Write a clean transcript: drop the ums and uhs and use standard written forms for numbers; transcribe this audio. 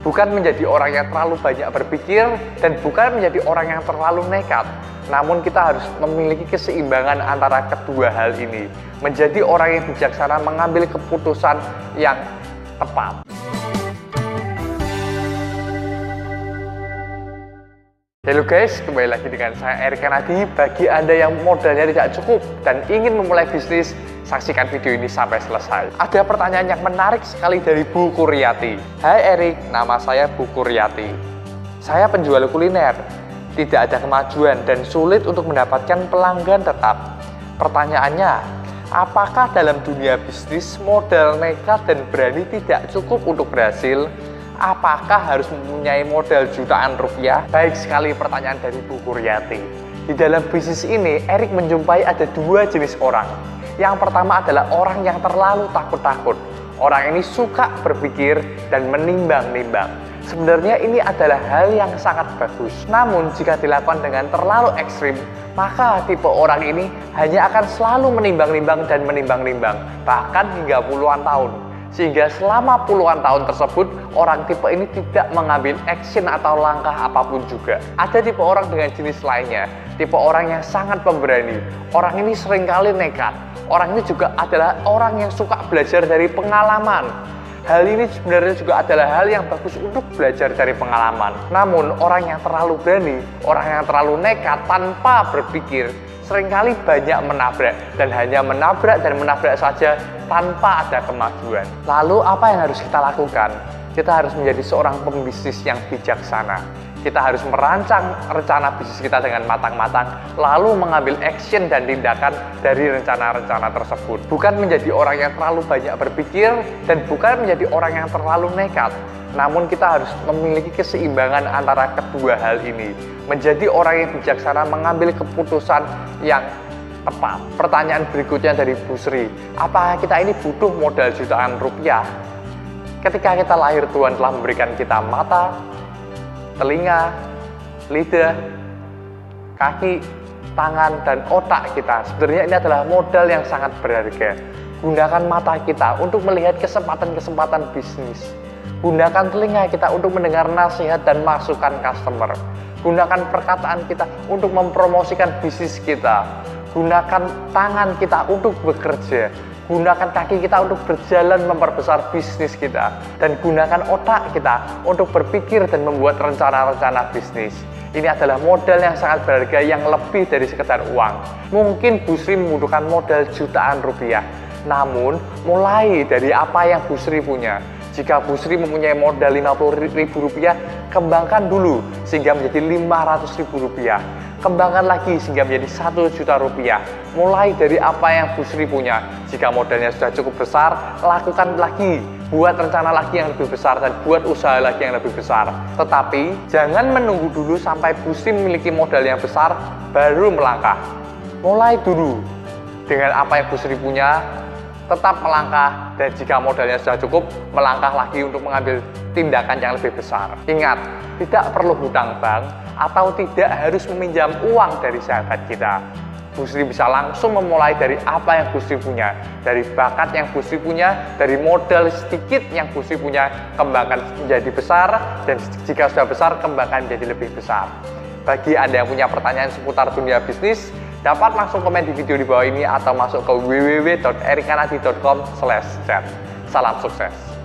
Bukan menjadi orang yang terlalu banyak berpikir dan bukan menjadi orang yang terlalu nekat. Namun kita harus memiliki keseimbangan antara kedua hal ini. Menjadi orang yang bijaksana mengambil keputusan yang tepat. Halo guys, kembali lagi dengan saya Erik Kennedy. Bagi Anda yang modalnya tidak cukup dan ingin memulai bisnis, saksikan video ini sampai selesai. Ada pertanyaan yang menarik sekali dari Bu Kuryati. Hai Erik, nama saya Bu Kuryati. Saya penjual kuliner, tidak ada kemajuan dan sulit untuk mendapatkan pelanggan tetap. Pertanyaannya, apakah dalam dunia bisnis modal nekat dan berani tidak cukup untuk berhasil? Apakah harus mempunyai modal jutaan rupiah? Baik sekali pertanyaan dari Bu Kuryati. Di dalam bisnis ini, Erik menjumpai ada dua jenis orang. Yang pertama adalah orang yang terlalu takut-takut. Orang ini suka berpikir dan menimbang-nimbang. Sebenarnya ini adalah hal yang sangat bagus. Namun jika dilakukan dengan terlalu ekstrim, maka tipe orang ini hanya akan selalu menimbang-nimbang dan menimbang-nimbang, bahkan hingga puluhan tahun. Sehingga selama puluhan tahun tersebut, orang tipe ini tidak mengambil action atau langkah apapun juga. Ada tipe orang dengan jenis lainnya, tipe orang yang sangat pemberani. Orang ini seringkali nekat. Orang ini juga adalah orang yang suka belajar dari pengalaman. Hal ini sebenarnya juga adalah hal yang bagus untuk belajar dari pengalaman. Namun orang yang terlalu berani, orang yang terlalu nekat tanpa berpikir, seringkali banyak menabrak dan hanya menabrak dan menabrak saja tanpa ada kemajuan. Lalu apa yang harus kita lakukan? Kita harus menjadi seorang pembisnis yang bijaksana. Kita harus merancang rencana bisnis kita dengan matang-matang, lalu mengambil action dan tindakan dari rencana-rencana tersebut. Bukan menjadi orang yang terlalu banyak berpikir dan bukan menjadi orang yang terlalu nekat. Namun kita harus memiliki keseimbangan antara kedua hal ini. Menjadi orang yang bijaksana mengambil keputusan yang tepat. Pertanyaan berikutnya dari Bu Sri, apakah kita ini butuh modal jutaan rupiah? Ketika kita lahir, Tuhan telah memberikan kita mata, telinga, lidah, kaki, tangan, dan otak kita. Sebenarnya ini adalah modal yang sangat berharga. Gunakan mata kita untuk melihat kesempatan-kesempatan bisnis. Gunakan telinga kita untuk mendengar nasihat dan masukan customer. Gunakan perkataan kita untuk mempromosikan bisnis kita. Gunakan tangan kita untuk bekerja. Gunakan kaki kita untuk berjalan memperbesar bisnis kita. Dan gunakan otak kita untuk berpikir dan membuat rencana-rencana bisnis. Ini adalah modal yang sangat berharga yang lebih dari sekedar uang. Mungkin Bu Sri membutuhkan modal jutaan rupiah. Namun, mulai dari apa yang Bu Sri punya. Jika Bu Sri mempunyai modal Rp50.000, kembangkan dulu sehingga menjadi Rp500.000. Kembangkan lagi sehingga menjadi Rp1.000.000. Mulai dari apa yang Bu Sri punya. Jika modalnya sudah cukup besar, lakukan lagi. Buat rencana lagi yang lebih besar dan buat usaha lagi yang lebih besar. Tetapi jangan menunggu dulu sampai Bu Sri memiliki modal yang besar baru melangkah. Mulai dulu dengan apa yang Bu Sri punya. Tetap melangkah, dan jika modalnya sudah cukup, melangkah lagi untuk mengambil tindakan yang lebih besar. Ingat, tidak perlu hutang bank atau tidak harus meminjam uang dari sahabat kita. Bu Sri bisa langsung memulai dari apa yang Bu Sri punya, dari bakat yang Bu Sri punya, dari modal sedikit yang Bu Sri punya, kembangkan menjadi besar, dan jika sudah besar, kembangkan menjadi lebih besar. Bagi Anda yang punya pertanyaan seputar dunia bisnis, dapat langsung komen di video di bawah ini atau masuk ke www.erikkennedy.com/chat. Salam sukses.